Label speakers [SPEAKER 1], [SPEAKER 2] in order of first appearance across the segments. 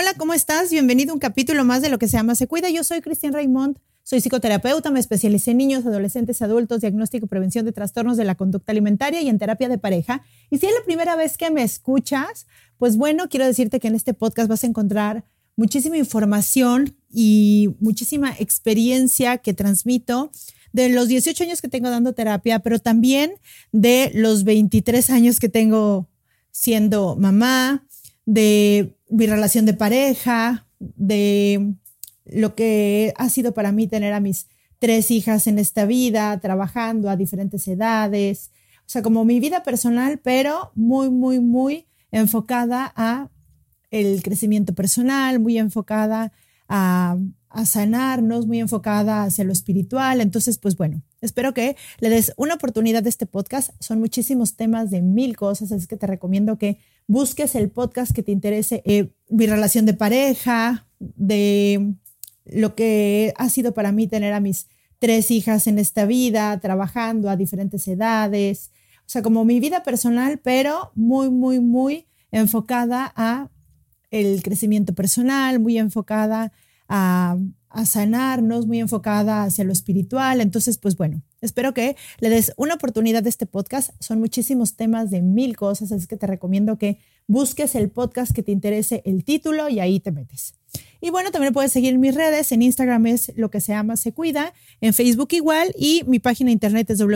[SPEAKER 1] Hola, ¿cómo estás? Bienvenido a un capítulo más de Lo que se llama Se Cuida. Yo soy Cristian Raimond, soy psicoterapeuta, me especialicé en niños, adolescentes, adultos, diagnóstico y prevención de trastornos de la conducta alimentaria y en terapia de pareja. Y si es la primera vez que me escuchas, pues bueno, quiero decirte que en este podcast vas a encontrar muchísima información y muchísima experiencia que transmito de los 18 años que tengo dando terapia, pero también de los 23 años que tengo siendo mamá, de mi relación de pareja, de lo que ha sido para mí tener a mis 3 hijas en esta vida, trabajando a diferentes edades, o sea, como mi vida personal, pero muy enfocada a el crecimiento personal, muy enfocada a sanarnos, muy enfocada hacia lo espiritual. Entonces, pues bueno, espero que le des una oportunidad a este podcast. Son muchísimos temas de 1000 cosas, así que te recomiendo que busques el podcast que te interese. Mi relación de pareja, de lo que ha sido para mí tener a mis 3 hijas en esta vida, trabajando a diferentes edades, o sea, como mi vida personal, pero muy enfocada a el crecimiento personal, muy enfocada a sanarnos, muy enfocada hacia lo espiritual. Entonces, pues bueno, espero que le des una oportunidad a este podcast. Son muchísimos temas de 1000 cosas, así que te recomiendo que busques el podcast que te interese el título y ahí te metes. Y bueno, también puedes seguir en mis redes. En Instagram es Lo que se llama Se Cuida, en Facebook igual, y mi página de internet es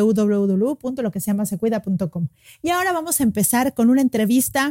[SPEAKER 1] www.loquesellamasecuida.com. Y ahora vamos a empezar con una entrevista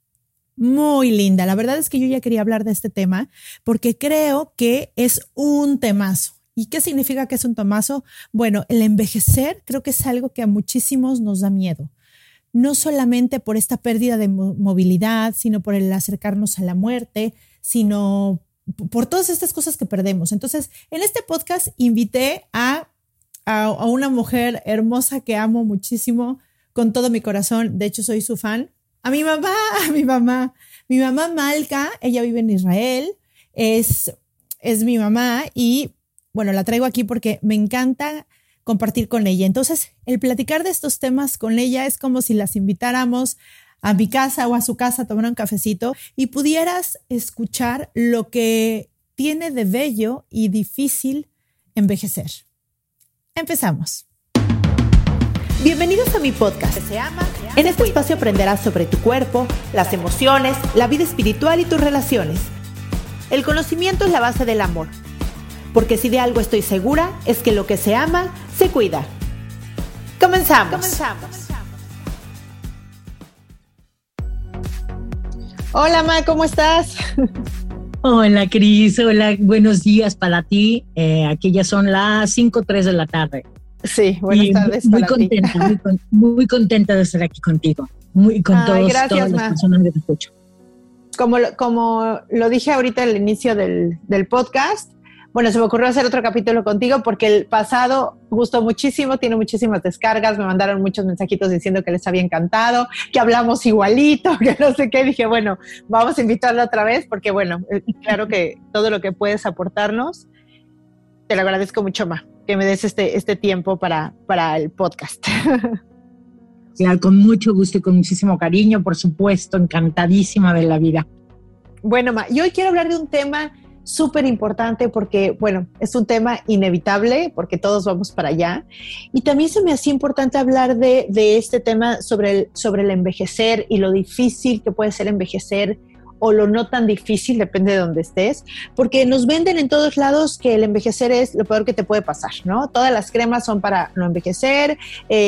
[SPEAKER 1] muy linda. La verdad es que yo ya quería hablar de este tema porque creo que es un temazo. ¿Y qué significa que es un temazo? Bueno, el envejecer creo que es algo que a muchísimos nos da miedo. No solamente por esta pérdida de movilidad, sino por el acercarnos a la muerte, sino por todas estas cosas que perdemos. Entonces, en este podcast invité a una mujer hermosa que amo muchísimo con todo mi corazón. De hecho, soy su fan. A mi mamá Malca, ella vive en Israel, es mi mamá y bueno, la traigo aquí porque me encanta compartir con ella. Entonces, el platicar de estos temas con ella es como si las invitáramos a mi casa o a su casa a tomar un cafecito y pudieras escuchar lo que tiene de bello y difícil envejecer. Empezamos. Bienvenidos a mi podcast. En este espacio aprenderás sobre tu cuerpo, las emociones, la vida espiritual y tus relaciones. El conocimiento es la base del amor. Porque si de algo estoy segura, es que lo que se ama, se cuida. Comenzamos. Hola, Ma, ¿cómo estás?
[SPEAKER 2] Hola, Cris. Hola, buenos días para ti. Aquí ya son las 5:03 de la tarde.
[SPEAKER 1] Sí, buenas tardes
[SPEAKER 2] muy
[SPEAKER 1] para
[SPEAKER 2] contenta,
[SPEAKER 1] ti.
[SPEAKER 2] Muy contenta de estar aquí contigo. Con
[SPEAKER 1] gracias,
[SPEAKER 2] todas las personas que te escucho.
[SPEAKER 1] Como lo dije ahorita al inicio del podcast, bueno, se me ocurrió hacer otro capítulo contigo porque el pasado gustó muchísimo, tiene muchísimas descargas, me mandaron muchos mensajitos diciendo que les había encantado, que hablamos igualito, que no sé qué. Dije, bueno, vamos a invitarla otra vez porque, bueno, claro que todo lo que puedes aportarnos, te lo agradezco mucho, Ma, que me des este tiempo para el podcast.
[SPEAKER 2] Claro, con mucho gusto y con muchísimo cariño, por supuesto, encantadísima de la vida.
[SPEAKER 1] Bueno, Ma, y hoy quiero hablar de un tema súper importante porque, bueno, es un tema inevitable porque todos vamos para allá. Y también se me hacía importante hablar de este tema sobre el envejecer y lo difícil que puede ser envejecer o lo no tan difícil, depende de dónde estés, porque nos venden en todos lados que el envejecer es lo peor que te puede pasar, ¿no? Todas las cremas son para no envejecer,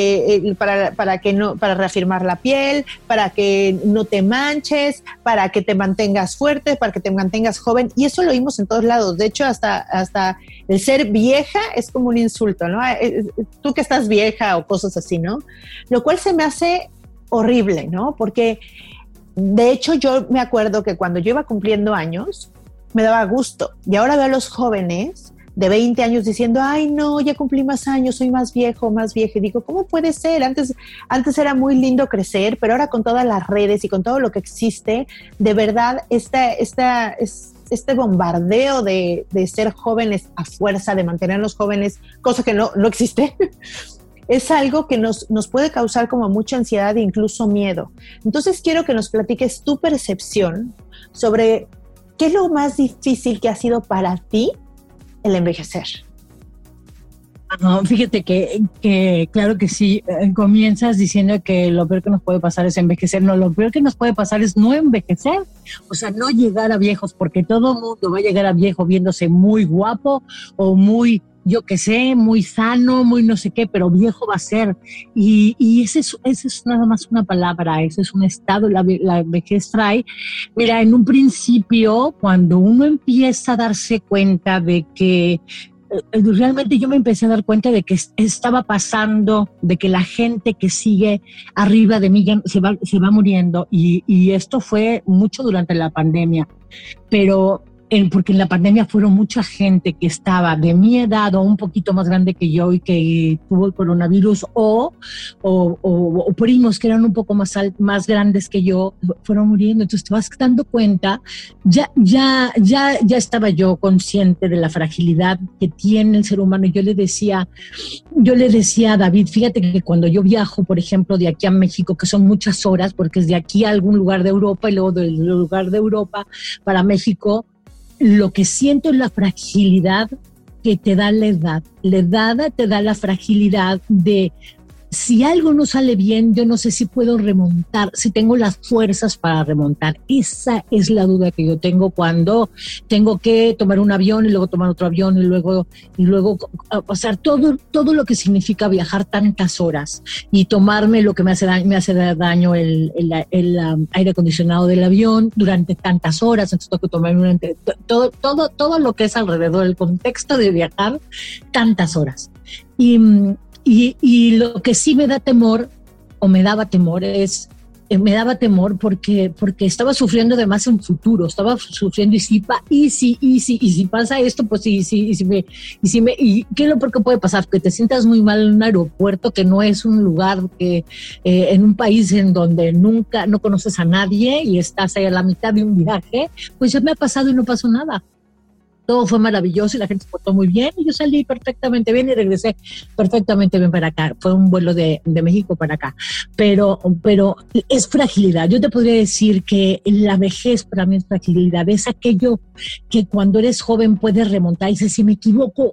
[SPEAKER 1] para reafirmar la piel, para que no te manches, para que te mantengas fuerte, para que te mantengas joven, y eso lo oímos en todos lados. De hecho, hasta el ser vieja es como un insulto, ¿no? Tú que estás vieja o cosas así, ¿no? Lo cual se me hace horrible, ¿no? Porque de hecho, yo me acuerdo que cuando yo iba cumpliendo años, me daba gusto. Y ahora veo a los jóvenes de 20 años diciendo, ay, no, ya cumplí más años, soy más viejo, más vieja. Y digo, ¿cómo puede ser? Antes era muy lindo crecer, pero ahora con todas las redes y con todo lo que existe, de verdad, este bombardeo de ser jóvenes a fuerza, de mantenernos jóvenes, cosa que no existe, es algo que nos puede causar como mucha ansiedad e incluso miedo. Entonces quiero que nos platiques tu percepción sobre ¿qué es lo más difícil que ha sido para ti el envejecer?
[SPEAKER 2] No, fíjate que claro que sí, comienzas diciendo que lo peor que nos puede pasar es envejecer. No, lo peor que nos puede pasar es no envejecer, o sea, no llegar a viejos, porque todo mundo va a llegar a viejo viéndose muy guapo o muy, yo qué sé, muy sano, muy no sé qué, pero viejo va a ser. Y ese es nada más una palabra, ese es un estado, la vejez trae. Mira, en un principio, cuando uno empieza a darse cuenta de que realmente yo me empecé a dar cuenta de que estaba pasando, de que la gente que sigue arriba de mí ya se va muriendo y esto fue mucho durante la pandemia, pero porque en la pandemia fueron mucha gente que estaba de mi edad o un poquito más grande que yo y que tuvo el coronavirus o primos que eran un poco más grandes que yo, fueron muriendo. Entonces te vas dando cuenta, ya estaba yo consciente de la fragilidad que tiene el ser humano. Y yo le decía a David, fíjate que cuando yo viajo, por ejemplo, de aquí a México, que son muchas horas, porque es de aquí a algún lugar de Europa y luego del lugar de Europa para México, lo que siento es la fragilidad que te da la edad. La edad te da la fragilidad de si algo no sale bien, yo no sé si puedo remontar, si tengo las fuerzas para remontar. Esa es la duda que yo tengo cuando tengo que tomar un avión y luego tomar otro avión y luego pasar todo lo que significa viajar tantas horas y tomarme lo que me hace daño el aire acondicionado del avión durante tantas horas. Entonces tengo que tomar todo lo que es alrededor del contexto de viajar tantas horas. Y lo que sí me da temor, o me daba temor, porque estaba sufriendo de más en futuro, estaba sufriendo y si pasa esto, pues ¿qué es lo peor que puede pasar? Que te sientas muy mal en un aeropuerto, que no es un lugar que, en un país en donde nunca, no conoces a nadie y estás ahí a la mitad de un viaje, pues ya me ha pasado y no pasó nada. Todo fue maravilloso y la gente se portó muy bien y yo salí perfectamente bien y regresé perfectamente bien para acá. Fue un vuelo de México para acá. Pero es fragilidad. Yo te podría decir que la vejez para mí es fragilidad. Es aquello que cuando eres joven puedes remontar y dices, si me equivoco,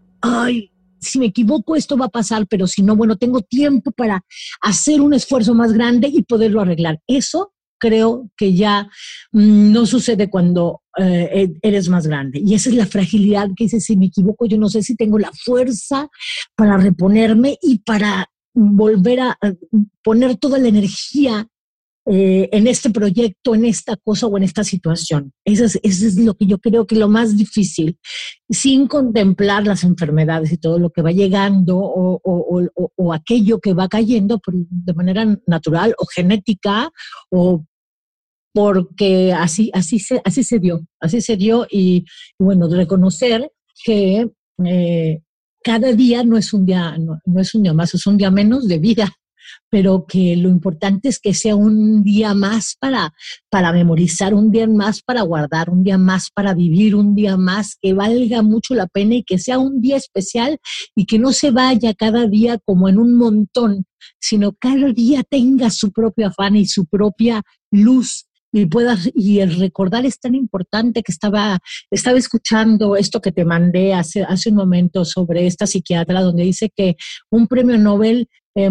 [SPEAKER 2] esto va a pasar, pero si no, bueno, tengo tiempo para hacer un esfuerzo más grande y poderlo arreglar. Eso creo que ya no sucede cuando eres más grande. Y esa es la fragilidad que dice, si me equivoco, yo no sé si tengo la fuerza para reponerme y para volver a poner toda la energía en este proyecto, en esta cosa o en esta situación. Eso es lo que yo creo que es lo más difícil, sin contemplar las enfermedades y todo lo que va llegando o aquello que va cayendo de manera natural o genética o porque así se dio y bueno, reconocer que cada día no es un día, no es un día más, es un día menos de vida, pero que lo importante es que sea un día más para memorizar, un día más para guardar, un día más para vivir, un día más que valga mucho la pena y que sea un día especial y que no se vaya cada día como en un montón, sino cada día tenga su propio afán y su propia luz. Y el recordar es tan importante que estaba escuchando esto que te mandé hace un momento sobre esta psiquiatra donde dice que un premio Nobel,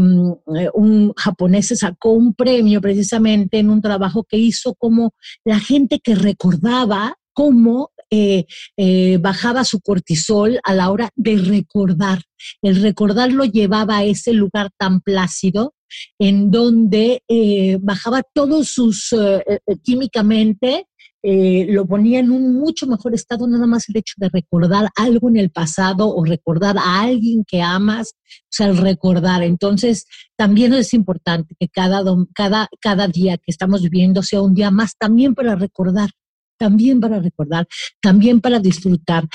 [SPEAKER 2] un japonés se sacó un premio precisamente en un trabajo que hizo como la gente que recordaba cómo bajaba su cortisol a la hora de recordar. El recordar lo llevaba a ese lugar tan plácido en donde bajaba todos sus químicamente, lo ponía en un mucho mejor estado, nada más el hecho de recordar algo en el pasado o recordar a alguien que amas, o sea, el recordar. Entonces, también es importante que cada día que estamos viviendo sea un día más también para recordar, también para disfrutar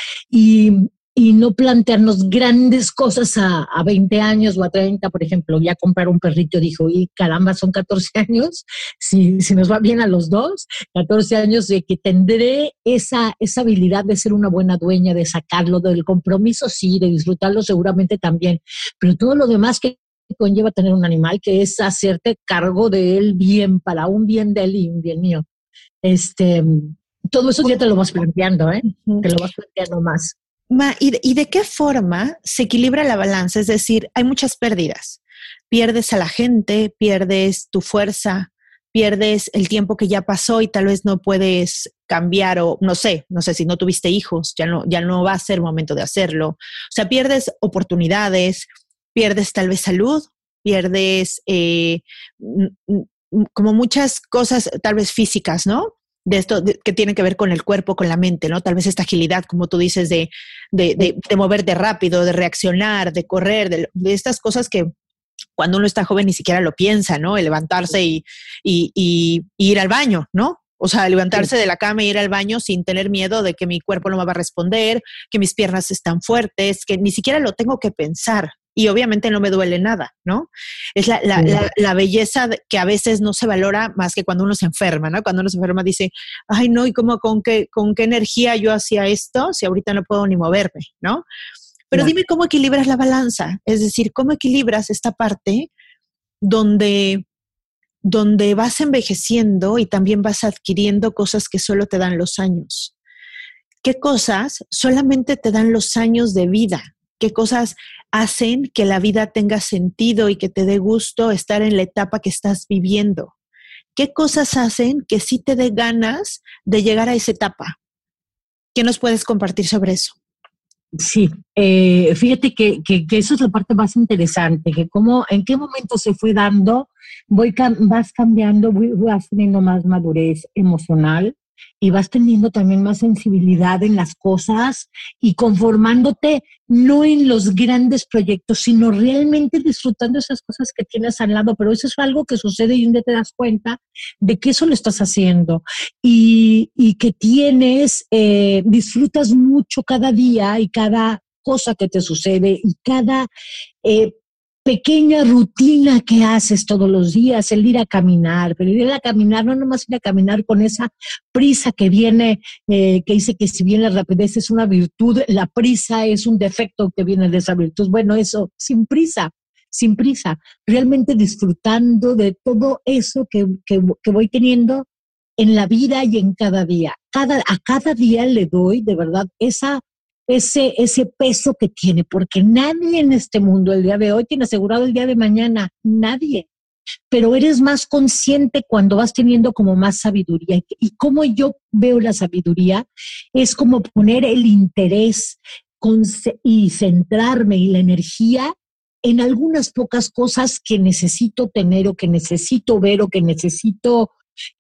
[SPEAKER 2] y no plantearnos grandes cosas a 20 años o a 30, por ejemplo, ya comprar un perrito, dijo, y caramba, son 14 años, si nos va bien a los dos, 14 años de que tendré esa habilidad de ser una buena dueña, de sacarlo del compromiso, sí, de disfrutarlo seguramente también, pero todo lo demás que conlleva tener un animal, que es hacerte cargo de él bien, para un bien de él y un bien mío. Todo eso ya te lo vas planteando, ¿eh? Uh-huh. Te lo vas planteando más.
[SPEAKER 1] ¿Y de qué forma se equilibra la balanza? Es decir, hay muchas pérdidas. Pierdes a la gente, pierdes tu fuerza, pierdes el tiempo que ya pasó y tal vez no puedes cambiar o no sé si no tuviste hijos, ya no va a ser momento de hacerlo. O sea, pierdes oportunidades, pierdes tal vez salud, pierdes como muchas cosas tal vez físicas, ¿no? De esto que tiene que ver con el cuerpo, con la mente, ¿no? Tal vez esta agilidad, como tú dices, de moverte rápido, de reaccionar, de correr, de estas cosas que cuando uno está joven ni siquiera lo piensa, ¿no? El levantarse y ir al baño, ¿no? O sea, levantarse de la cama e ir al baño sin tener miedo de que mi cuerpo no me va a responder, que mis piernas están fuertes, que ni siquiera lo tengo que pensar. Y obviamente no me duele nada, ¿no? Es la belleza que a veces no se valora más que cuando uno se enferma, ¿no? Cuando uno se enferma dice, ay, no, ¿y con qué energía yo hacía esto si ahorita no puedo ni moverme, ¿no? Pero dime cómo equilibras la balanza, es decir, cómo equilibras esta parte donde vas envejeciendo y también vas adquiriendo cosas que solo te dan los años. ¿Qué cosas solamente te dan los años de vida? ¿Qué cosas hacen que la vida tenga sentido y que te dé gusto estar en la etapa que estás viviendo? ¿Qué cosas hacen que sí te dé ganas de llegar a esa etapa? ¿Qué nos puedes compartir sobre eso?
[SPEAKER 2] Sí, fíjate que eso es la parte más interesante, que en qué momento se fue dando, vas cambiando, vas teniendo más madurez emocional y vas teniendo también más sensibilidad en las cosas y conformándote no en los grandes proyectos, sino realmente disfrutando esas cosas que tienes al lado. Pero eso es algo que sucede y un día te das cuenta de que eso lo estás haciendo y que disfrutas mucho cada día y cada cosa que te sucede y cada pequeña rutina que haces todos los días, el ir a caminar, pero ir a caminar, no nomás ir a caminar con esa prisa que viene, que dice que si bien la rapidez es una virtud, la prisa es un defecto que viene de esa virtud. Bueno, eso, sin prisa, realmente disfrutando de todo eso que voy teniendo en la vida y en cada día. A cada día le doy, de verdad, ese peso que tiene, porque nadie en este mundo el día de hoy tiene asegurado el día de mañana, nadie, pero eres más consciente cuando vas teniendo como más sabiduría. Y como yo veo la sabiduría, es como poner el interés y centrarme y la energía en algunas pocas cosas que necesito tener o que necesito ver o que necesito,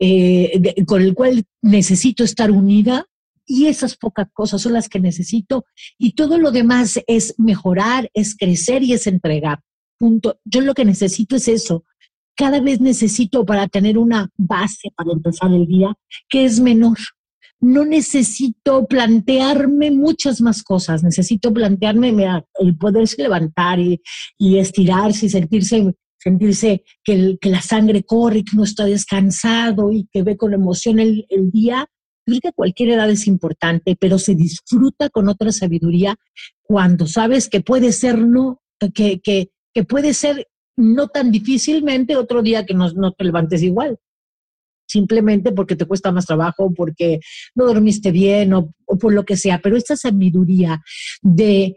[SPEAKER 2] con el cual necesito estar unida. Y esas pocas cosas son las que necesito y todo lo demás es mejorar, es crecer y es entregar. Punto. Yo lo que necesito es eso. Cada vez necesito para tener una base para empezar el día que es menor. No necesito plantearme muchas más cosas. Necesito plantearme el poderse levantar y estirarse y sentirse que la sangre corre, que uno está descansado y que ve con emoción el día. Yo creo que a cualquier edad es importante, pero se disfruta con otra sabiduría cuando sabes que puede ser que puede ser no tan difícilmente otro día que no te levantes igual. Simplemente porque te cuesta más trabajo, porque no dormiste bien o por lo que sea. Pero esta sabiduría de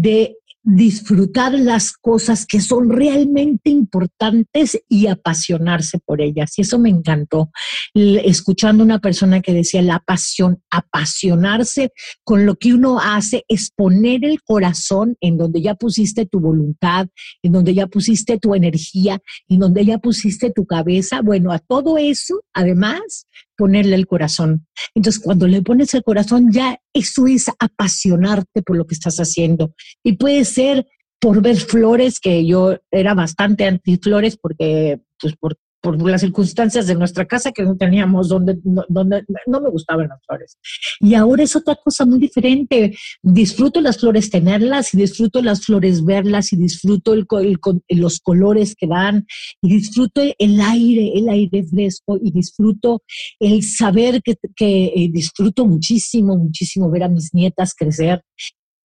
[SPEAKER 2] disfrutar las cosas que son realmente importantes y apasionarse por ellas. Y eso me encantó. Escuchando a una persona que decía la pasión, apasionarse con lo que uno hace es poner el corazón en donde ya pusiste tu voluntad, en donde ya pusiste tu energía, en donde ya pusiste tu cabeza. Bueno, a todo eso, además, ponerle el corazón. Entonces, cuando le pones el corazón, ya eso es apasionarte por lo que estás haciendo. Y puede ser por ver flores, que yo era bastante anti-flores porque, pues, por las circunstancias de nuestra casa que no teníamos donde no me gustaban las flores. Y ahora es otra cosa muy diferente. Disfruto las flores tenerlas y disfruto las flores verlas y disfruto los colores que dan y disfruto el aire fresco y disfruto el saber que disfruto muchísimo ver a mis nietas crecer.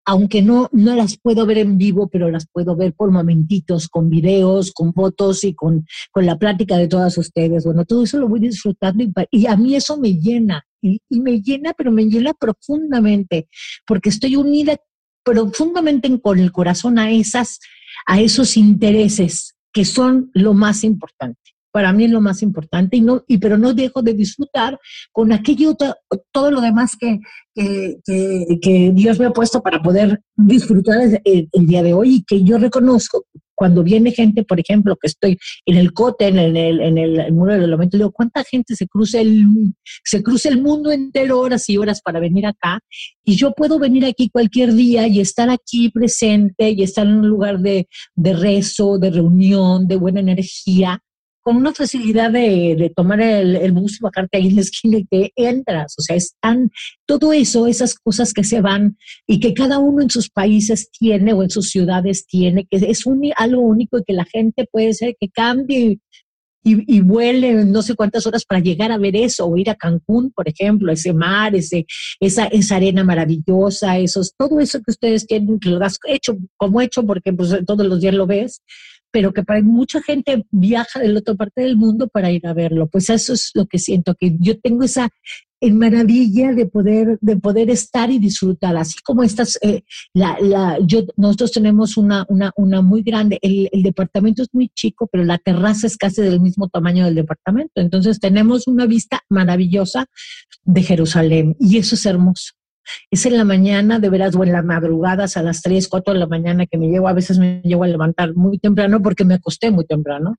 [SPEAKER 2] aunque no las puedo ver en vivo, pero las puedo ver por momentitos, con videos, con fotos y con la plática de todas ustedes. Bueno, todo eso lo voy disfrutando y a mí eso me llena, y me llena, pero me llena profundamente, porque estoy unida profundamente con el corazón a esos intereses que son lo más importante. Para mí es lo más importante, pero no dejo de disfrutar con todo lo demás que Dios me ha puesto para poder disfrutar el día de hoy, y que yo reconozco cuando viene gente, por ejemplo, que estoy en el COTE, en el Muro del Elemento, digo, ¿cuánta gente se cruza el mundo entero, horas y horas para venir acá? Y yo puedo venir aquí cualquier día y estar aquí presente y estar en un lugar de rezo, de reunión, de buena energía, con una facilidad de tomar el bus y bajarte ahí en la esquina y te entras. O sea, todo eso, esas cosas que se van y que cada uno en sus países tiene o en sus ciudades tiene, que es algo único, y que la gente puede ser que cambie y vuele no sé cuántas horas para llegar a ver eso, o ir a Cancún, por ejemplo, ese mar, esa arena maravillosa, todo eso que ustedes tienen, que lo has hecho como hecho, porque pues todos los días lo ves, pero que para mucha gente viaja de la otra parte del mundo para ir a verlo. Pues eso es lo que siento, que yo tengo esa maravilla de poder estar y disfrutar, así como nosotros tenemos una muy grande, el departamento es muy chico, pero la terraza es casi del mismo tamaño del departamento, entonces tenemos una vista maravillosa de Jerusalén, y eso es hermoso. Es en la mañana, de veras, o en las madrugadas a las 3, 4 de la mañana que a veces me llego a levantar muy temprano porque me acosté muy temprano,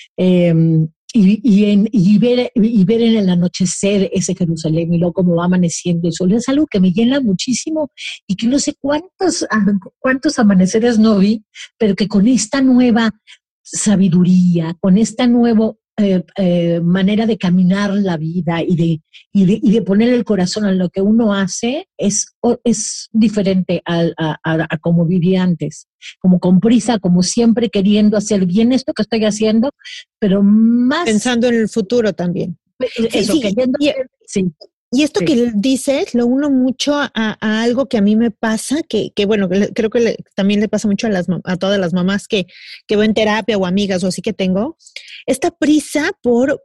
[SPEAKER 2] y ver en el anochecer ese Jerusalén y luego cómo va amaneciendo el sol, es algo que me llena muchísimo, y que no sé cuántos amaneceres no vi, pero que con esta nueva sabiduría, con esta nueva manera de caminar la vida y de poner el corazón en lo que uno hace, es diferente a como vivía antes, como con prisa, como siempre queriendo hacer bien esto que estoy haciendo, pero más
[SPEAKER 1] pensando en el futuro también.
[SPEAKER 2] Eso,
[SPEAKER 1] sí,
[SPEAKER 2] queriendo sí.
[SPEAKER 1] Y esto que dices lo uno mucho a algo que a mí me pasa, que bueno, creo que también le pasa mucho a todas las mamás que veo en terapia, o amigas o así que tengo, esta prisa por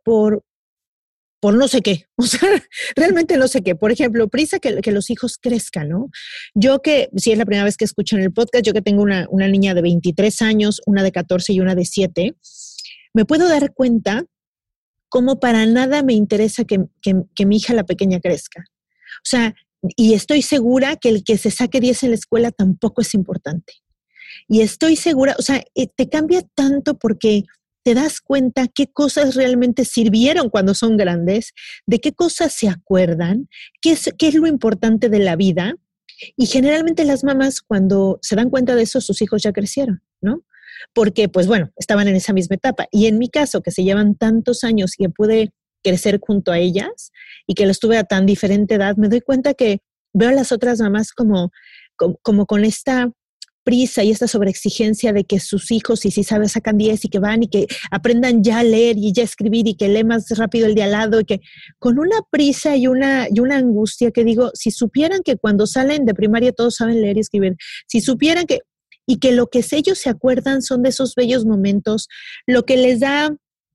[SPEAKER 1] no sé qué, o sea, realmente no sé qué. Por ejemplo, prisa que los hijos crezcan, ¿no? Yo que, si es la primera vez que escuchan el podcast, yo que tengo una niña de 23 años, una de 14 y una de 7, me puedo dar cuenta cómo para nada me interesa que mi hija la pequeña crezca. O sea, y estoy segura que el que se saque 10 en la escuela tampoco es importante. Y estoy segura, o sea, te cambia tanto porque te das cuenta qué cosas realmente sirvieron cuando son grandes, de qué cosas se acuerdan, qué es lo importante de la vida. Y generalmente las mamás, cuando se dan cuenta de eso, sus hijos ya crecieron, ¿no? Porque, pues bueno, estaban en esa misma etapa. Y en mi caso, que se llevan tantos años y que pude crecer junto a ellas y que los tuve a tan diferente edad, me doy cuenta que veo a las otras mamás como con esta prisa y esta sobreexigencia de que sus hijos, y si sabes, sacan 10 y que van y que aprendan ya a leer y ya a escribir y que lee más rápido el de al lado, y que con una prisa y una angustia que digo, si supieran que cuando salen de primaria todos saben leer y escribir, si supieran y que lo que ellos se acuerdan son de esos bellos momentos, lo que les da,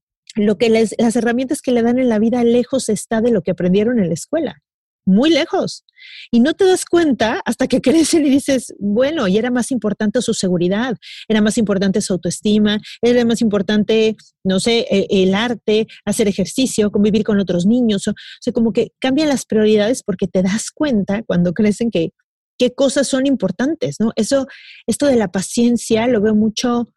[SPEAKER 1] las herramientas que le dan en la vida lejos está de lo que aprendieron en la escuela, muy lejos. Y no te das cuenta hasta que crecen y dices, bueno, y era más importante su seguridad, era más importante su autoestima, era más importante, no sé, el arte, hacer ejercicio, convivir con otros niños. O sea, como que cambian las prioridades porque te das cuenta cuando crecen qué cosas son importantes, ¿no? Esto de la paciencia lo veo mucho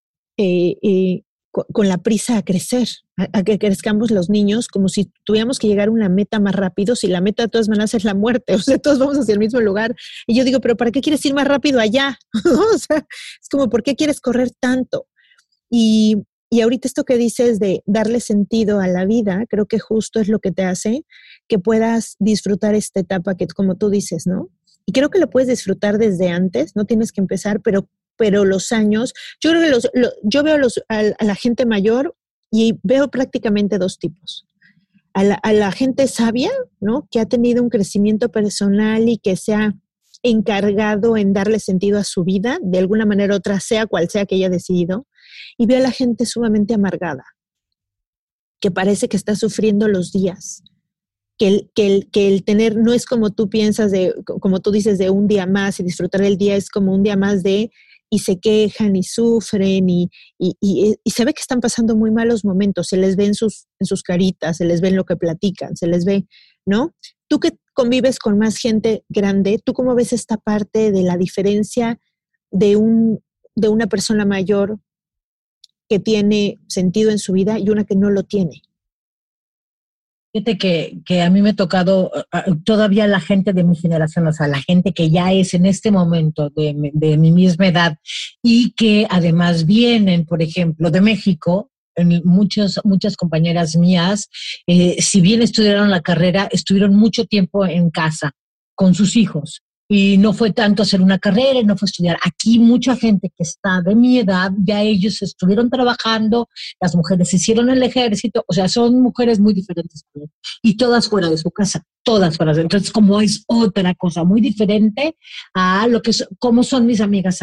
[SPEAKER 1] con la prisa a crecer, a que crezcamos los niños, como si tuviéramos que llegar a una meta más rápido, si la meta de todas maneras es la muerte, o sea, todos vamos hacia el mismo lugar. Y yo digo, ¿pero para qué quieres ir más rápido allá? O sea, es como, ¿por qué quieres correr tanto? Y ahorita esto que dices de darle sentido a la vida, creo que justo es lo que te hace que puedas disfrutar esta etapa que, como tú dices, ¿no? Y creo que lo puedes disfrutar desde antes, no tienes que empezar, pero los años, yo creo que yo veo a la gente mayor y veo prácticamente dos tipos. A la gente sabia, ¿no? Que ha tenido un crecimiento personal y que se ha encargado en darle sentido a su vida, de alguna manera u otra, sea cual sea que haya decidido, y veo a la gente sumamente amargada, que parece que está sufriendo los días, que el tener no es como tú piensas, como tú dices, de un día más, y disfrutar el día es como un día más y se quejan y sufren y se ve que están pasando muy malos momentos, se les ve en sus caritas, se les ve en lo que platican, se les ve, ¿no? Tú que convives con más gente grande, ¿tú cómo ves esta parte de la diferencia de una persona mayor que tiene sentido en su vida y una que no lo tiene?
[SPEAKER 2] Fíjate que a mí me ha tocado todavía la gente de mi generación, o sea, la gente que ya es en este momento de mi misma edad y que además vienen, por ejemplo, de México. Muchas compañeras mías, si bien estudiaron la carrera, estuvieron mucho tiempo en casa con sus hijos. Y no fue tanto hacer una carrera, no fue estudiar. Aquí mucha gente que está de mi edad, ya ellos estuvieron trabajando, las mujeres hicieron el ejército, o sea, son mujeres muy diferentes. Y todas fuera de su casa, todas fuera. Entonces, como es otra cosa muy diferente a lo que como son mis amigas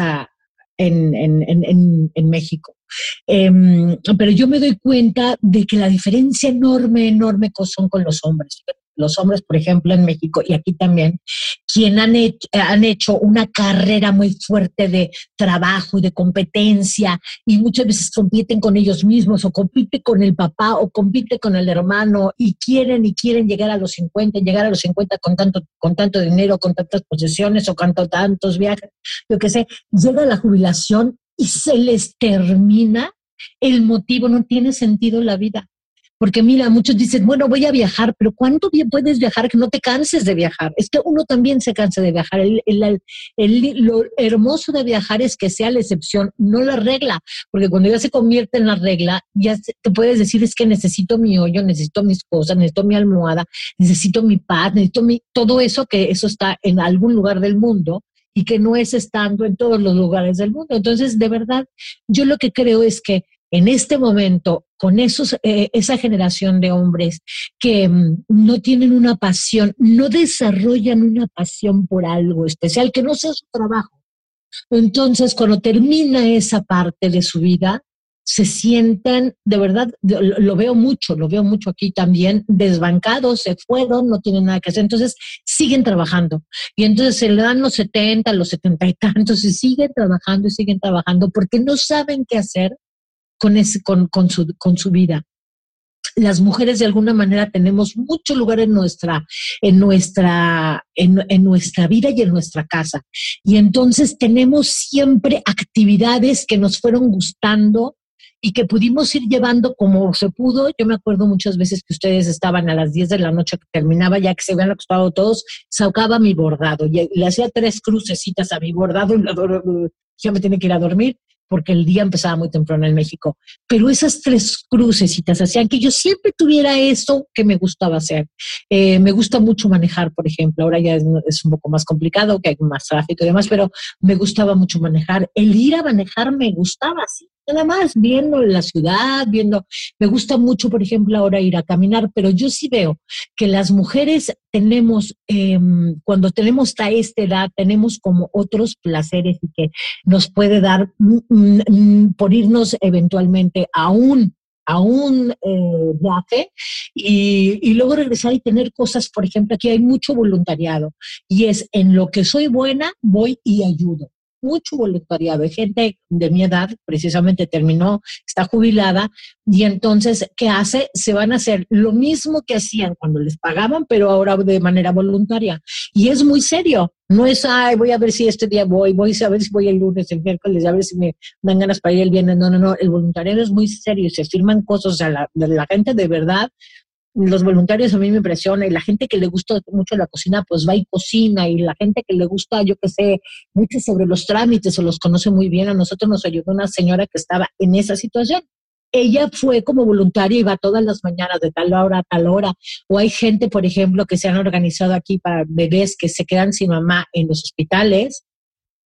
[SPEAKER 2] en México. Pero yo me doy cuenta de que la diferencia enorme son con los hombres. Los hombres, por ejemplo, en México y aquí también, quienes han hecho una carrera muy fuerte de trabajo y de competencia y muchas veces compiten con ellos mismos o compiten con el papá o compiten con el hermano y quieren llegar a los 50 con tanto dinero, con tantas posesiones o con tantos viajes, yo qué sé, llega la jubilación y se les termina el motivo, no tiene sentido la vida. Porque mira, muchos dicen, bueno, voy a viajar, pero ¿cuánto bien puedes viajar que no te canses de viajar? Es que uno también se cansa de viajar. Lo hermoso de viajar es que sea la excepción, no la regla. Porque cuando ya se convierte en la regla, ya te puedes decir, es que necesito mi hoyo, necesito mis cosas, necesito mi almohada, necesito mi paz, necesito todo eso, que eso está en algún lugar del mundo y que no es estando en todos los lugares del mundo. Entonces, de verdad, yo lo que creo es que en este momento, con esa generación de hombres que no tienen una pasión, no desarrollan una pasión por algo especial, que no sea su trabajo. Entonces, cuando termina esa parte de su vida, se sientan, de verdad, lo veo mucho aquí también, desbancados, se fueron, no tienen nada que hacer, entonces siguen trabajando. Y entonces se le dan los 70, los 70 y tantos, y siguen trabajando porque no saben qué hacer con su vida. Las mujeres de alguna manera tenemos mucho lugar en nuestra vida y en nuestra casa. Y entonces tenemos siempre actividades que nos fueron gustando y que pudimos ir llevando como se pudo. Yo me acuerdo muchas veces que ustedes estaban a las 10 de la noche que terminaba, ya que se habían acostado todos, sacaba mi bordado y le hacía 3 crucecitas a mi bordado y ya me tiene que ir a dormir, porque el día empezaba muy temprano en México. Pero esas 3 crucecitas hacían que yo siempre tuviera eso que me gustaba hacer. Me gusta mucho manejar, por ejemplo. Ahora ya es un poco más complicado, que hay más tráfico y demás, pero me gustaba mucho manejar. El ir a manejar me gustaba, sí. Nada más, viendo la ciudad, me gusta mucho, por ejemplo, ahora ir a caminar, pero yo sí veo que las mujeres tenemos, cuando tenemos a esta edad, tenemos como otros placeres y que nos puede dar por irnos eventualmente a un viaje y luego regresar y tener cosas. Por ejemplo, aquí hay mucho voluntariado y es en lo que soy buena, voy y ayudo. Mucho voluntariado. Hay gente de mi edad, precisamente terminó, está jubilada, y entonces, ¿qué hace? Se van a hacer lo mismo que hacían cuando les pagaban, pero ahora de manera voluntaria. Y es muy serio. No es, voy a ver si este día voy a ver si voy el lunes, el miércoles, a ver si me dan ganas para ir el viernes. No. El voluntariado es muy serio. Se firman cosas, o sea, la gente de verdad. Los voluntarios a mí me impresiona, y la gente que le gusta mucho la cocina pues va y cocina, y la gente que le gusta, yo que sé, mucho sobre los trámites o los conoce muy bien. A nosotros nos ayudó una señora que estaba en esa situación. Ella fue como voluntaria y va todas las mañanas de tal hora a tal hora. O hay gente, por ejemplo, que se han organizado aquí para bebés que se quedan sin mamá en los hospitales.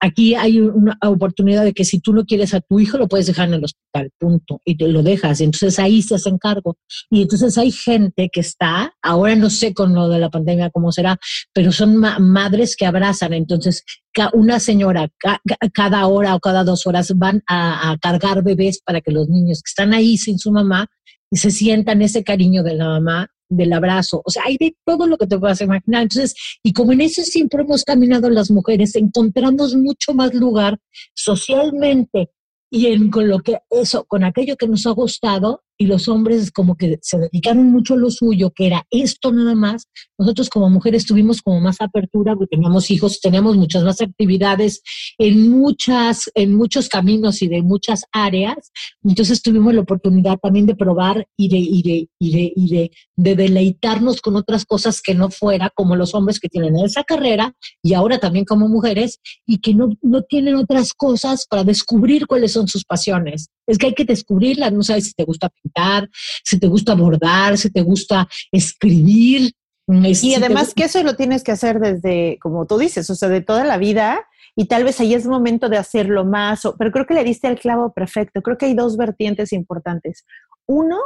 [SPEAKER 2] aquí hay una oportunidad de que si tú no quieres a tu hijo, lo puedes dejar en el hospital, punto, y te lo dejas. Entonces ahí se hacen cargo. Y entonces hay gente que está, ahora no sé con lo de la pandemia cómo será, pero son madres que abrazan. Entonces una señora cada hora o cada 2 horas van a cargar bebés para que los niños que están ahí sin su mamá y se sientan ese cariño de la mamá, del abrazo. O sea, hay de todo lo que te puedas imaginar. Entonces, y como en eso siempre hemos caminado las mujeres, encontramos mucho más lugar socialmente y con aquello que nos ha gustado, y los hombres como que se dedicaron mucho a lo suyo, que era esto nada más. Nosotros como mujeres tuvimos como más apertura, porque teníamos hijos, teníamos muchas más actividades en muchos caminos y de muchas áreas. Entonces tuvimos la oportunidad también de probar y de deleitarnos con otras cosas que no fuera como los hombres que tienen esa carrera, y ahora también como mujeres, y que no tienen otras cosas para descubrir cuáles son sus pasiones. Es que hay que descubrirlas. No sabes si te gusta pintar, si te gusta bordar, si te gusta escribir.
[SPEAKER 1] Y además que eso lo tienes que hacer desde, como tú dices, o sea, de toda la vida, y tal vez ahí es momento de hacerlo más, pero creo que le diste al clavo perfecto. Creo que hay 2 vertientes importantes. Uno,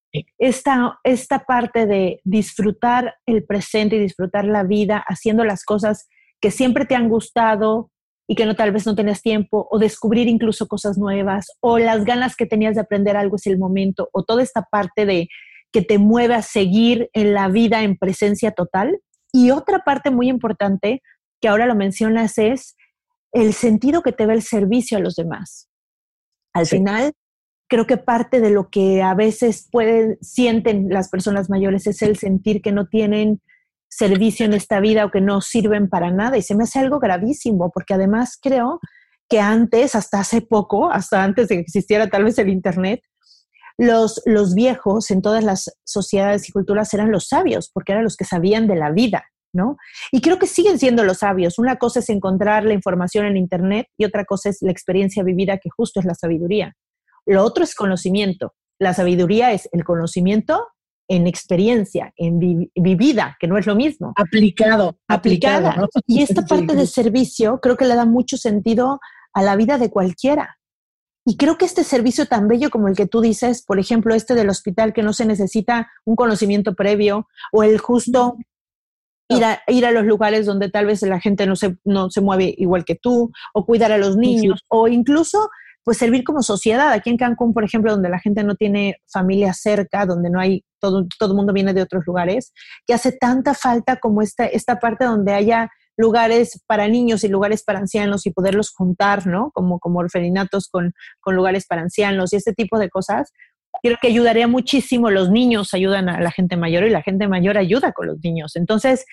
[SPEAKER 1] esta parte de disfrutar el presente y disfrutar la vida haciendo las cosas que siempre te han gustado y que tal vez no tenías tiempo, o descubrir incluso cosas nuevas, o las ganas que tenías de aprender algo es el momento, o toda esta parte de que te mueve a seguir en la vida en presencia total. Y otra parte muy importante, que ahora lo mencionas, es el sentido que te da el servicio a los demás. Al final, creo que parte de lo que a veces sienten las personas mayores es el sentir que no tienen servicio en esta vida o que no sirven para nada, y se me hace algo gravísimo, porque además creo que antes, hasta hace poco, hasta antes de que existiera tal vez el internet, los viejos en todas las sociedades y culturas eran los sabios, porque eran los que sabían de la vida, ¿no? Y creo que siguen siendo los sabios. Una cosa es encontrar la información en internet y otra cosa es la experiencia vivida, que justo es la sabiduría. Lo otro es conocimiento. La sabiduría es el conocimiento en experiencia, en vivida, que no es lo mismo. Aplicada. ¿No? Y esta parte de servicio creo que le da mucho sentido a la vida de cualquiera. Y creo que este servicio tan bello como el que tú dices, por ejemplo, este del hospital, que no se necesita un conocimiento previo, o el justo ir a los lugares donde tal vez la gente no se mueve igual que tú, o cuidar a los niños, o incluso pues servir como sociedad. Aquí en Cancún, por ejemplo, donde la gente no tiene familia cerca, donde no hay, todo el mundo viene de otros lugares, que hace tanta falta como esta parte donde haya lugares para niños y lugares para ancianos y poderlos juntar, ¿no? Como orfelinatos con lugares para ancianos y este tipo de cosas. Creo que ayudaría muchísimo. Los niños ayudan a la gente mayor y la gente mayor ayuda con los niños. Entonces,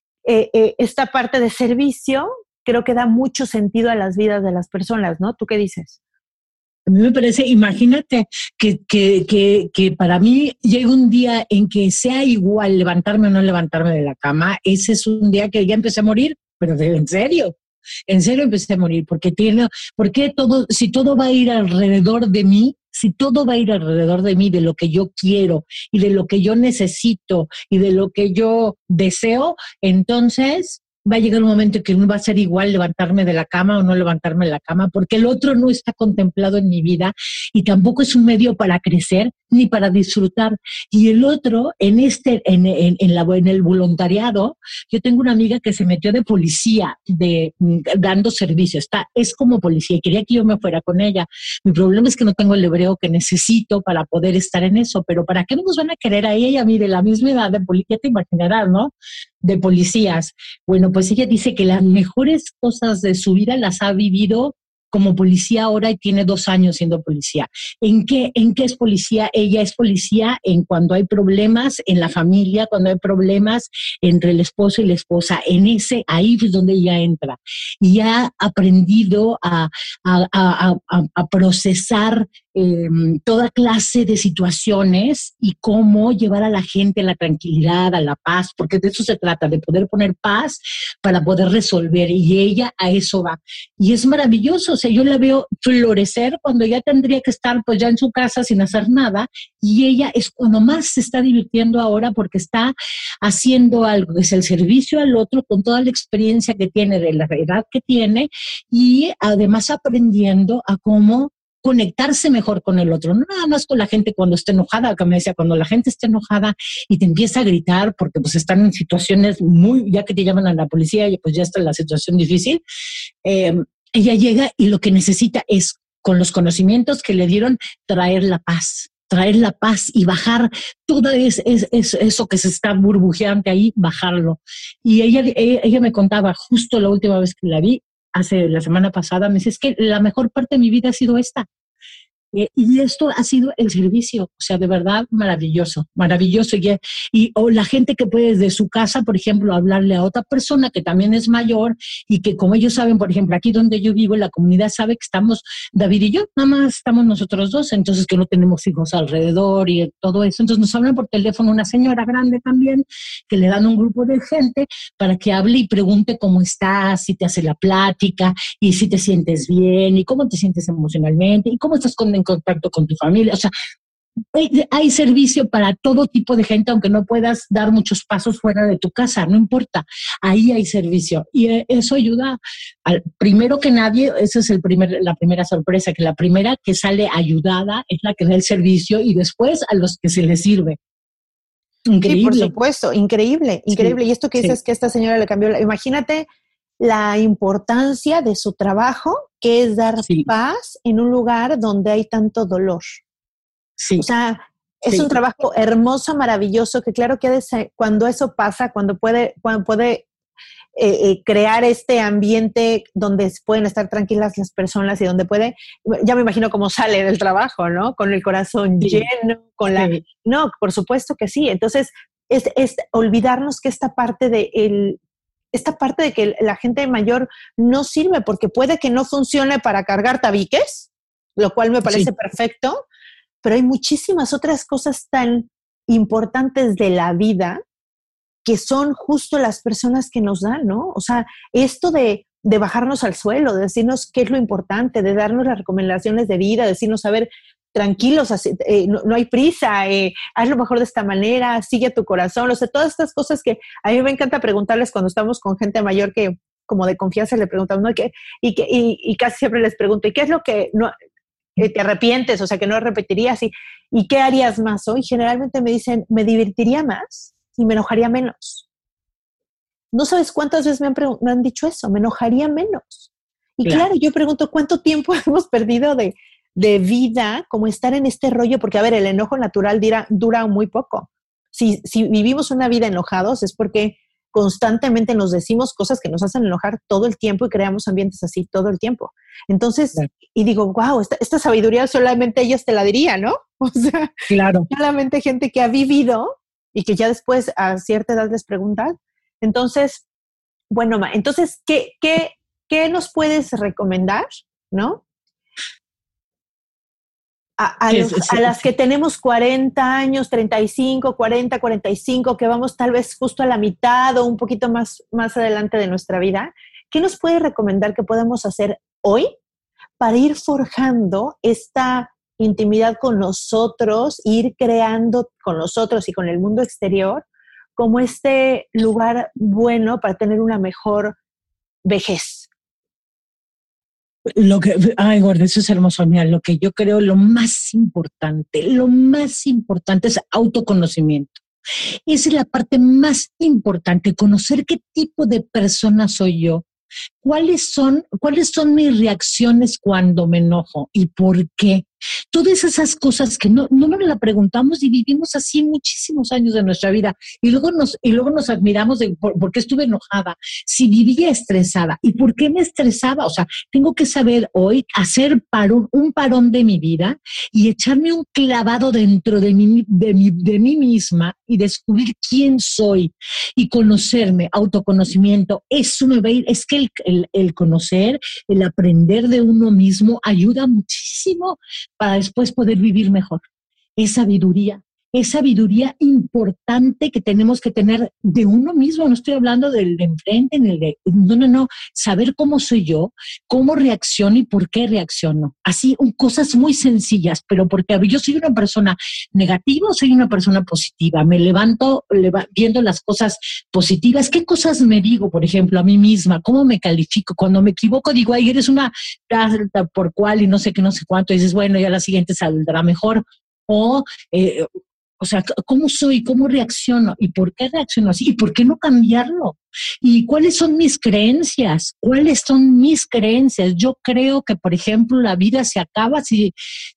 [SPEAKER 1] esta parte de servicio creo que da mucho sentido a las vidas de las personas, ¿no? ¿Tú qué dices?
[SPEAKER 2] A mí me parece, imagínate que para mí llega un día en que sea igual levantarme o no levantarme de la cama. Ese es un día que ya empecé a morir, pero en serio empecé a morir, porque si todo va a ir alrededor de mí, de lo que yo quiero y de lo que yo necesito y de lo que yo deseo, entonces va a llegar un momento en que no va a ser igual levantarme de la cama o no levantarme de la cama, porque el otro no está contemplado en mi vida y tampoco es un medio para crecer ni para disfrutar. Y el otro, en el voluntariado, yo tengo una amiga que se metió de policía, dando servicio, es como policía, y quería que yo me fuera con ella. Mi problema es que no tengo el hebreo que necesito para poder estar en eso, pero ¿para qué no nos van a querer a ella y a mí de la misma edad de policía? Te imaginarás, ¿no? De policías. Bueno, pues ella dice que las mejores cosas de su vida las ha vivido como policía ahora, y tiene 2 años siendo policía. ¿En qué es policía? Ella es policía en cuando hay problemas en la familia, cuando hay problemas entre el esposo y la esposa. Ahí es donde ella entra. Y ha aprendido a procesar toda clase de situaciones y cómo llevar a la gente a la tranquilidad, a la paz, porque de eso se trata, de poder poner paz para poder resolver, y ella a eso va. Y es maravilloso, o sea, yo la veo florecer cuando ya tendría que estar pues ya en su casa sin hacer nada, y ella es cuando más se está divirtiendo ahora porque está haciendo algo, que es el servicio al otro con toda la experiencia que tiene, de la edad que tiene, y además aprendiendo a cómo conectarse mejor con el otro, no nada más con la gente cuando está enojada, que me decía, cuando la gente está enojada y te empieza a gritar porque pues están en situaciones ya que te llaman a la policía y pues ya está la situación difícil, ella llega y lo que necesita es, con los conocimientos que le dieron, traer la paz y bajar todo eso que se está burbujeante ahí, bajarlo. Y ella me contaba, justo la última vez que la vi, la semana pasada, me dice, es que la mejor parte de mi vida ha sido esta. Y esto ha sido el servicio, o sea, de verdad maravilloso, maravilloso. O la gente que puede desde su casa, por ejemplo, hablarle a otra persona que también es mayor y que como ellos saben, por ejemplo, aquí donde yo vivo, la comunidad sabe que estamos, David y yo, nada más estamos nosotros dos, entonces que no tenemos hijos alrededor y todo eso. Entonces nos hablan por teléfono una señora grande también, que le dan un grupo de gente para que hable y pregunte cómo estás, si te hace la plática y si te sientes bien y cómo te sientes emocionalmente y cómo estás en contacto con tu familia. O sea, hay servicio para todo tipo de gente, aunque no puedas dar muchos pasos fuera de tu casa, no importa, ahí hay servicio. Y eso ayuda, primero que nadie, esa es la primera sorpresa, que la primera que sale ayudada es la que da el servicio y después a los que se les sirve.
[SPEAKER 1] Increíble. Sí, por supuesto, increíble. Sí, y esto que dices, sí, que esta señora le cambió, imagínate la importancia de su trabajo, que es dar, sí, paz en un lugar donde hay tanto dolor. Sí. O sea, es, sí, un trabajo hermoso, maravilloso, que claro que cuando eso pasa, cuando puede crear este ambiente donde pueden estar tranquilas las personas y donde puede, ya me imagino cómo sale del trabajo, ¿no? Con el corazón, sí, lleno, con la... No, por supuesto que sí. Entonces, es olvidarnos que esta parte de que la gente mayor no sirve, porque puede que no funcione para cargar tabiques, lo cual me parece, sí, perfecto, pero hay muchísimas otras cosas tan importantes de la vida que son justo las personas que nos dan, ¿no? O sea, esto de bajarnos al suelo, de decirnos qué es lo importante, de darnos las recomendaciones de vida, decirnos, a ver, tranquilos, no hay prisa, haz lo mejor de esta manera, sigue tu corazón, o sea, todas estas cosas que a mí me encanta preguntarles cuando estamos con gente mayor que como de confianza le preguntamos, ¿no? Y casi siempre les pregunto, ¿y qué es lo que no te arrepientes, o sea, que no repetirías? ¿Y qué harías más hoy? Generalmente me dicen, me divertiría más y me enojaría menos. No sabes cuántas veces me han dicho eso, me enojaría menos. Y claro, yo pregunto, ¿cuánto tiempo hemos perdido de vida, como estar en este rollo? Porque, a ver, el enojo natural dura muy poco. Si vivimos una vida enojados es porque constantemente nos decimos cosas que nos hacen enojar todo el tiempo y creamos ambientes así todo el tiempo. Entonces, y digo, wow, esta sabiduría solamente ellas te la dirían, ¿no? O sea, claro, solamente gente que ha vivido y que ya después a cierta edad les preguntan. Entonces, bueno, entonces, ¿qué nos puedes recomendar, no? A las que tenemos 40 años, 35, 40, 45, que vamos tal vez justo a la mitad o un poquito más adelante de nuestra vida, ¿qué nos puede recomendar que podemos hacer hoy para ir forjando esta intimidad con nosotros, ir creando con nosotros y con el mundo exterior como este lugar bueno para tener una mejor vejez?
[SPEAKER 2] Gorda, eso es hermoso. Mira, lo que yo creo lo más importante es autoconocimiento. Esa es la parte más importante, conocer qué tipo de persona soy yo. ¿Cuáles son mis reacciones cuando me enojo y por qué? Todas esas cosas que no nos la preguntamos y vivimos así muchísimos años de nuestra vida y luego nos admiramos de por qué estuve enojada, si vivía estresada y por qué me estresaba. O sea, tengo que saber hoy hacer un parón de mi vida y echarme un clavado dentro de mí misma y descubrir quién soy y conocerme, autoconocimiento. Eso me va a ir, es que el conocer, el aprender de uno mismo ayuda muchísimo para después poder vivir mejor. Es sabiduría importante que tenemos que tener de uno mismo. No estoy hablando del de enfrente, no. Saber cómo soy yo, cómo reacciono y por qué reacciono. Así, cosas muy sencillas, pero porque yo soy una persona negativa o soy una persona positiva. Me levanto viendo las cosas positivas. ¿Qué cosas me digo, por ejemplo, a mí misma? ¿Cómo me califico? Cuando me equivoco, digo, ay, eres una por cual y no sé qué, no sé cuánto. Y dices, bueno, ya la siguiente saldrá mejor. O sea, ¿cómo soy? ¿Cómo reacciono? ¿Y por qué reacciono así? ¿Y por qué no cambiarlo? ¿Y cuáles son mis creencias? ¿Cuáles son mis creencias? Yo creo que, por ejemplo, la vida se acaba si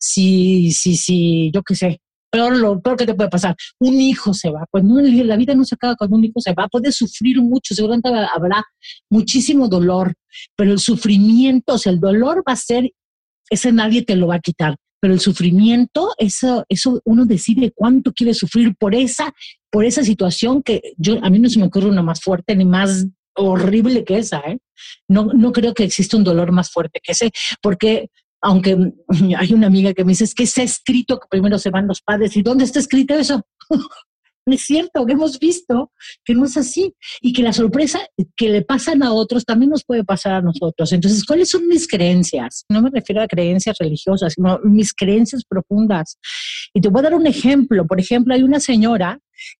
[SPEAKER 2] yo qué sé, lo peor que te puede pasar, un hijo se va. Pues no, la vida no se acaba cuando un hijo se va. Puedes sufrir mucho, seguramente habrá muchísimo dolor, pero el sufrimiento, o sea, el dolor va a ser, ese nadie te lo va a quitar. Pero el sufrimiento, eso uno decide cuánto quiere sufrir por esa situación que a mí no se me ocurre una más fuerte ni más horrible que esa, ¿eh? No creo que exista un dolor más fuerte que ese, porque aunque hay una amiga que me dice, es que está escrito que primero se van los padres. ¿Y dónde está escrito eso? No es cierto, que hemos visto que no es así y que la sorpresa que le pasan a otros también nos puede pasar a nosotros. Entonces, ¿cuáles son mis creencias? No me refiero a creencias religiosas, sino mis creencias profundas. Y te voy a dar un ejemplo. Por ejemplo, hay una señora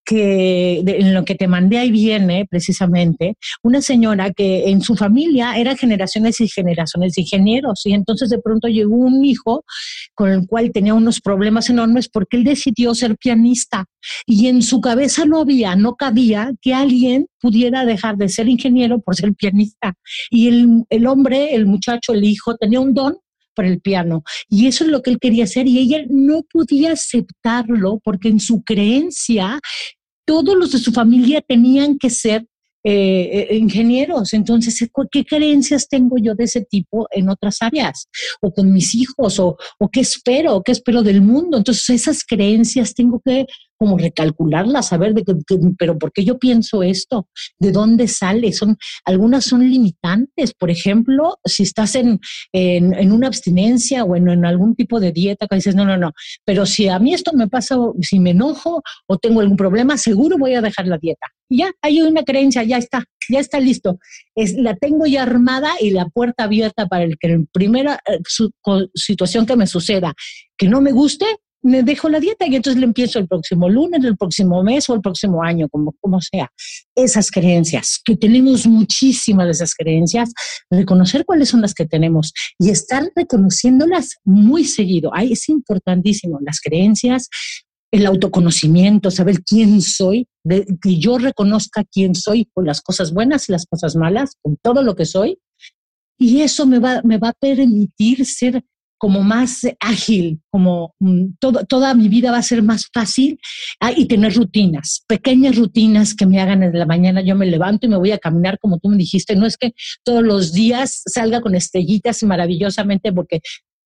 [SPEAKER 2] en lo que te mandé ahí viene precisamente, una señora que en su familia era generaciones y generaciones de ingenieros y entonces de pronto llegó un hijo con el cual tenía unos problemas enormes porque él decidió ser pianista y en su cabeza no cabía que alguien pudiera dejar de ser ingeniero por ser pianista y el hombre, el muchacho, el hijo tenía un don para el piano y eso es lo que él quería hacer y ella no podía aceptarlo porque en su creencia todos los de su familia tenían que ser ingenieros. Entonces, ¿qué creencias tengo yo de ese tipo en otras áreas? O con mis hijos, o qué espero del mundo. Entonces, esas creencias tengo que como recalcularlas, saber pero ¿por qué yo pienso esto? ¿De dónde sale? Algunas son limitantes. Por ejemplo, si estás en una abstinencia o en algún tipo de dieta que dices, no, pero si a mí esto me pasa, si me enojo o tengo algún problema, seguro voy a dejar la dieta. Y ya, hay una creencia, ya está listo. La tengo ya armada y la puerta abierta para que en primera situación que me suceda, que no me guste, me dejo la dieta y entonces le empiezo el próximo lunes, el próximo mes o el próximo año, como sea. Esas creencias, que tenemos muchísimas de esas creencias, reconocer cuáles son las que tenemos y estar reconociéndolas muy seguido. Es importantísimo las creencias, el autoconocimiento, saber quién soy, que yo reconozca quién soy con las cosas buenas y las cosas malas, con todo lo que soy, y eso me va a permitir ser como más ágil, como toda mi vida va a ser más fácil y tener rutinas, pequeñas rutinas que me hagan en la mañana. Yo me levanto y me voy a caminar como tú me dijiste, no es que todos los días salga con estrellitas maravillosamente porque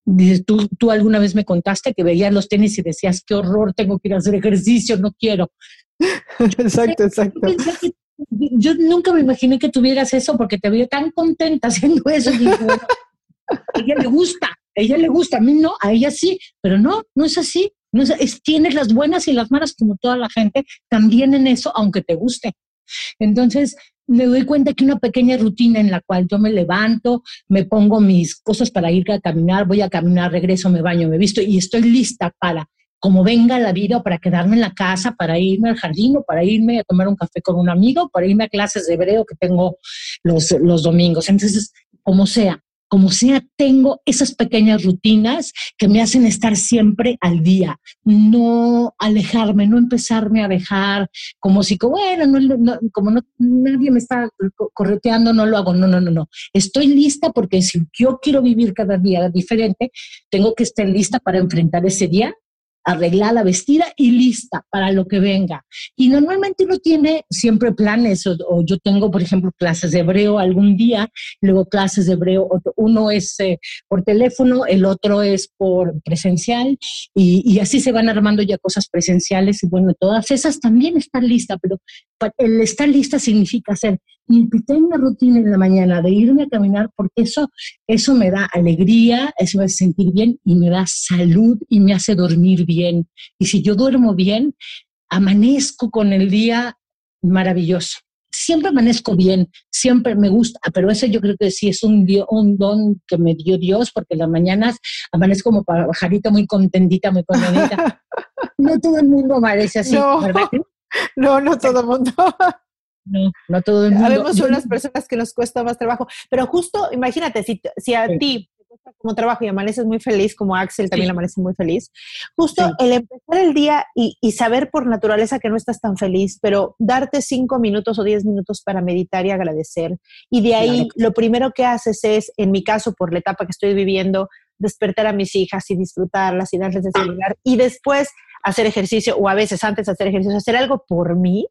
[SPEAKER 2] tú alguna vez me contaste que veías los tenis y decías, qué horror, tengo que ir a hacer ejercicio, no quiero.
[SPEAKER 1] Exacto.
[SPEAKER 2] Yo nunca me imaginé que tuvieras eso porque te veía tan contenta haciendo eso. Y dije, bueno, a ella le gusta, a mí no, a ella sí, pero no es así. Tienes las buenas y las malas como toda la gente, también en eso, aunque te guste. Entonces, me doy cuenta que una pequeña rutina en la cual yo me levanto, me pongo mis cosas para ir a caminar, voy a caminar, regreso, me baño, me visto y estoy lista para como venga la vida o para quedarme en la casa, para irme al jardín o para irme a tomar un café con un amigo, para irme a clases de hebreo que tengo los domingos. Entonces, como sea, tengo esas pequeñas rutinas que me hacen estar siempre al día, no alejarme, no empezarme a dejar como si, nadie me está correteando, no lo hago, no. Estoy lista porque si yo quiero vivir cada día diferente, tengo que estar lista para enfrentar ese día, arreglada, vestida y lista para lo que venga. Y normalmente uno tiene siempre planes, o yo tengo, por ejemplo, clases de hebreo algún día, luego clases de hebreo, uno es por teléfono, el otro es por presencial, y así se van armando ya cosas presenciales, y bueno, todas esas también están listas, pero el estar lista significa hacer mi pequeña rutina en la mañana de irme a caminar, porque eso me da alegría, eso me hace sentir bien y me da salud y me hace dormir bien. Y si yo duermo bien, amanezco con el día maravilloso. Siempre amanezco bien, siempre me gusta, pero eso yo creo que sí es un don que me dio Dios, porque en las mañanas amanezco como pajarita muy contentita, muy contentita. No todo el mundo amanece así,
[SPEAKER 1] no,
[SPEAKER 2] ¿verdad?
[SPEAKER 1] No todo el mundo.
[SPEAKER 2] No todo el mundo.
[SPEAKER 1] Habemos unas personas que nos cuesta más trabajo, pero justo imagínate, si a ti te cuesta como trabajo y amaneces muy feliz, como Axel también amanece muy feliz, justo el empezar el día y saber por naturaleza que no estás tan feliz, pero darte 5 minutos o 10 minutos para meditar y agradecer, y de ahí lo primero que haces es, en mi caso, por la etapa que estoy viviendo, despertar a mis hijas y disfrutarlas y darles desayunar, y después hacer ejercicio, o a veces antes de hacer ejercicio, hacer algo por mí,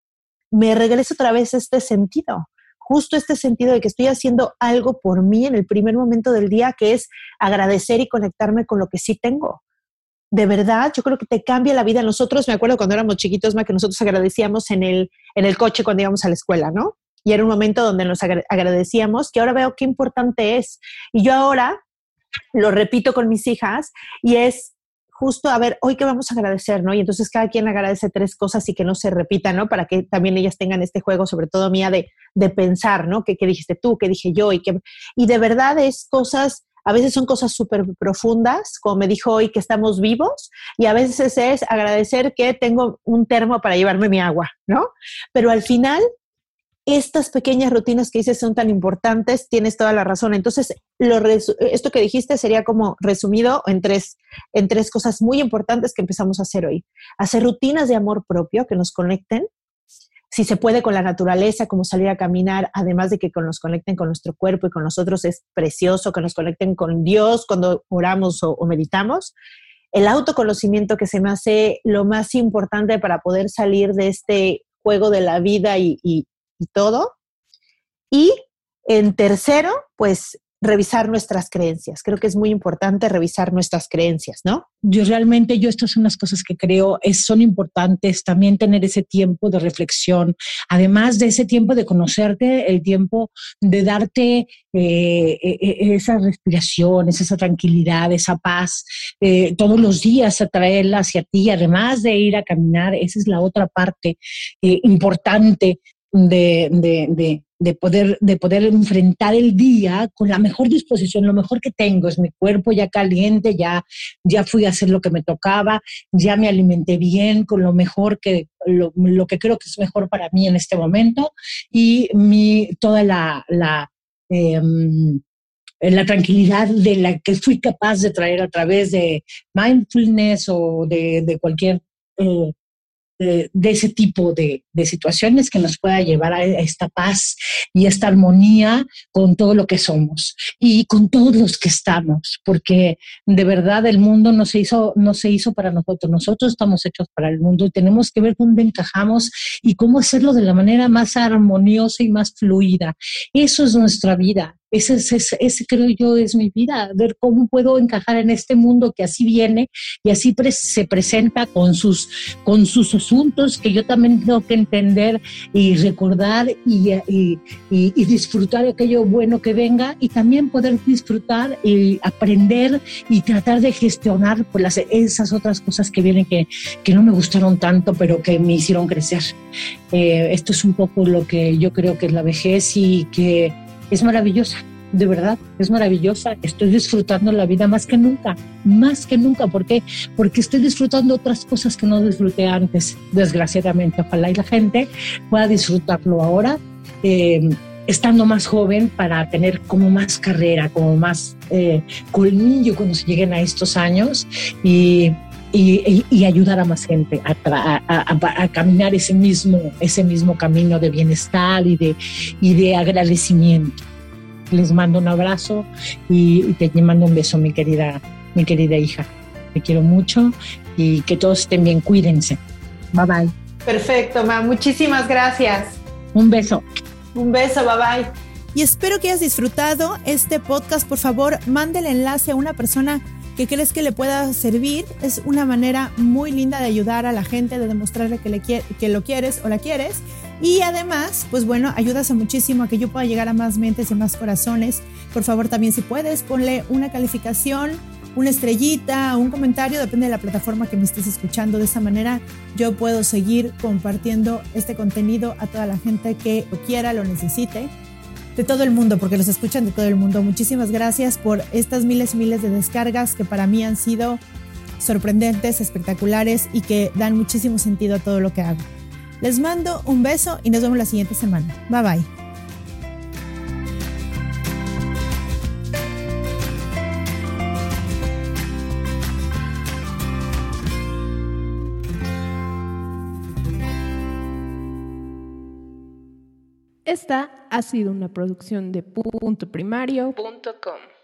[SPEAKER 1] me regreso otra vez a este sentido, justo este sentido de que estoy haciendo algo por mí en el primer momento del día, que es agradecer y conectarme con lo que sí tengo. De verdad, yo creo que te cambia la vida. Nosotros, me acuerdo cuando éramos chiquitos, que nosotros agradecíamos en el coche cuando íbamos a la escuela, ¿no? Y era un momento donde nos agradecíamos, que ahora veo qué importante es. Y yo ahora lo repito con mis hijas y es justo, a ver, hoy qué vamos a agradecer, ¿no? Y entonces cada quien agradece 3 cosas y que no se repitan, ¿no? Para que también ellas tengan este juego, sobre todo mía, de pensar, ¿no? ¿Qué dijiste tú? ¿Qué dije yo? Y de verdad es cosas, a veces son cosas súper profundas, como me dijo hoy que estamos vivos, y a veces es agradecer que tengo un termo para llevarme mi agua, ¿no? Pero al final, estas pequeñas rutinas que dices son tan importantes, tienes toda la razón. Entonces, esto que dijiste sería como resumido en tres cosas muy importantes que empezamos a hacer hoy. Hacer rutinas de amor propio que nos conecten, si se puede, con la naturaleza, como salir a caminar, además de que nos conecten con nuestro cuerpo y con nosotros, es precioso, que nos conecten con Dios cuando oramos o meditamos. El autoconocimiento, que se me hace lo más importante para poder salir de este juego de la vida y todo. Y en tercero, pues revisar nuestras creencias. Creo que es muy importante revisar nuestras creencias, ¿no?
[SPEAKER 2] Yo estas son las cosas que creo son importantes, también tener ese tiempo de reflexión, además de ese tiempo de conocerte, el tiempo de darte esas respiraciones, esa tranquilidad, esa paz, todos los días atraerla hacia ti, además de ir a caminar. Esa es la otra parte importante de poder enfrentar el día con la mejor disposición. Lo mejor que tengo es mi cuerpo ya caliente, ya fui a hacer lo que me tocaba, ya me alimenté bien con lo mejor lo que creo que es mejor para mí en este momento, y toda la tranquilidad de la que fui capaz de traer a través de mindfulness o de cualquier de ese tipo de situaciones que nos pueda llevar a esta paz y esta armonía con todo lo que somos y con todos los que estamos, porque de verdad el mundo no se hizo para nosotros estamos hechos para el mundo y tenemos que ver dónde encajamos y cómo hacerlo de la manera más armoniosa y más fluida. Eso es nuestra vida. Ese creo yo es mi vida, ver cómo puedo encajar en este mundo que así viene y así se presenta con sus asuntos que yo también tengo que entender y recordar y disfrutar de aquello bueno que venga, y también poder disfrutar y aprender y tratar de gestionar pues, esas otras cosas que vienen que no me gustaron tanto pero que me hicieron crecer. Esto es un poco lo que yo creo que es la vejez y que es maravillosa, de verdad, es maravillosa. Estoy disfrutando la vida más que nunca. ¿Por qué? Porque estoy disfrutando otras cosas que no disfruté antes, desgraciadamente. Ojalá y la gente pueda disfrutarlo ahora, estando más joven, para tener como más carrera, como más colmillo cuando se lleguen a estos años y ayudar a más gente a caminar ese mismo camino de bienestar y de agradecimiento. Les mando un abrazo y te mando un beso, mi querida hija. Te quiero mucho y que todos estén bien. Cuídense. Bye bye.
[SPEAKER 1] Perfecto, ma. Muchísimas gracias.
[SPEAKER 2] Un beso.
[SPEAKER 1] Un beso. Bye bye. Y espero que hayas disfrutado este podcast. Por favor, mande el enlace a una persona que crees que le pueda servir, es una manera muy linda de ayudar a la gente, de demostrarle que lo quieres o la quieres. Y además, pues bueno, ayudas a muchísimo a que yo pueda llegar a más mentes y más corazones. Por favor, también si puedes, ponle una calificación, una estrellita, un comentario, depende de la plataforma que me estés escuchando. De esa manera yo puedo seguir compartiendo este contenido a toda la gente que lo quiera, lo necesite, de todo el mundo, porque los escuchan de todo el mundo. Muchísimas gracias por estas miles y miles de descargas que para mí han sido sorprendentes, espectaculares y que dan muchísimo sentido a todo lo que hago. Les mando un beso y nos vemos la siguiente semana. Bye bye.
[SPEAKER 3] Esta ha sido una producción de puntoprimario.com.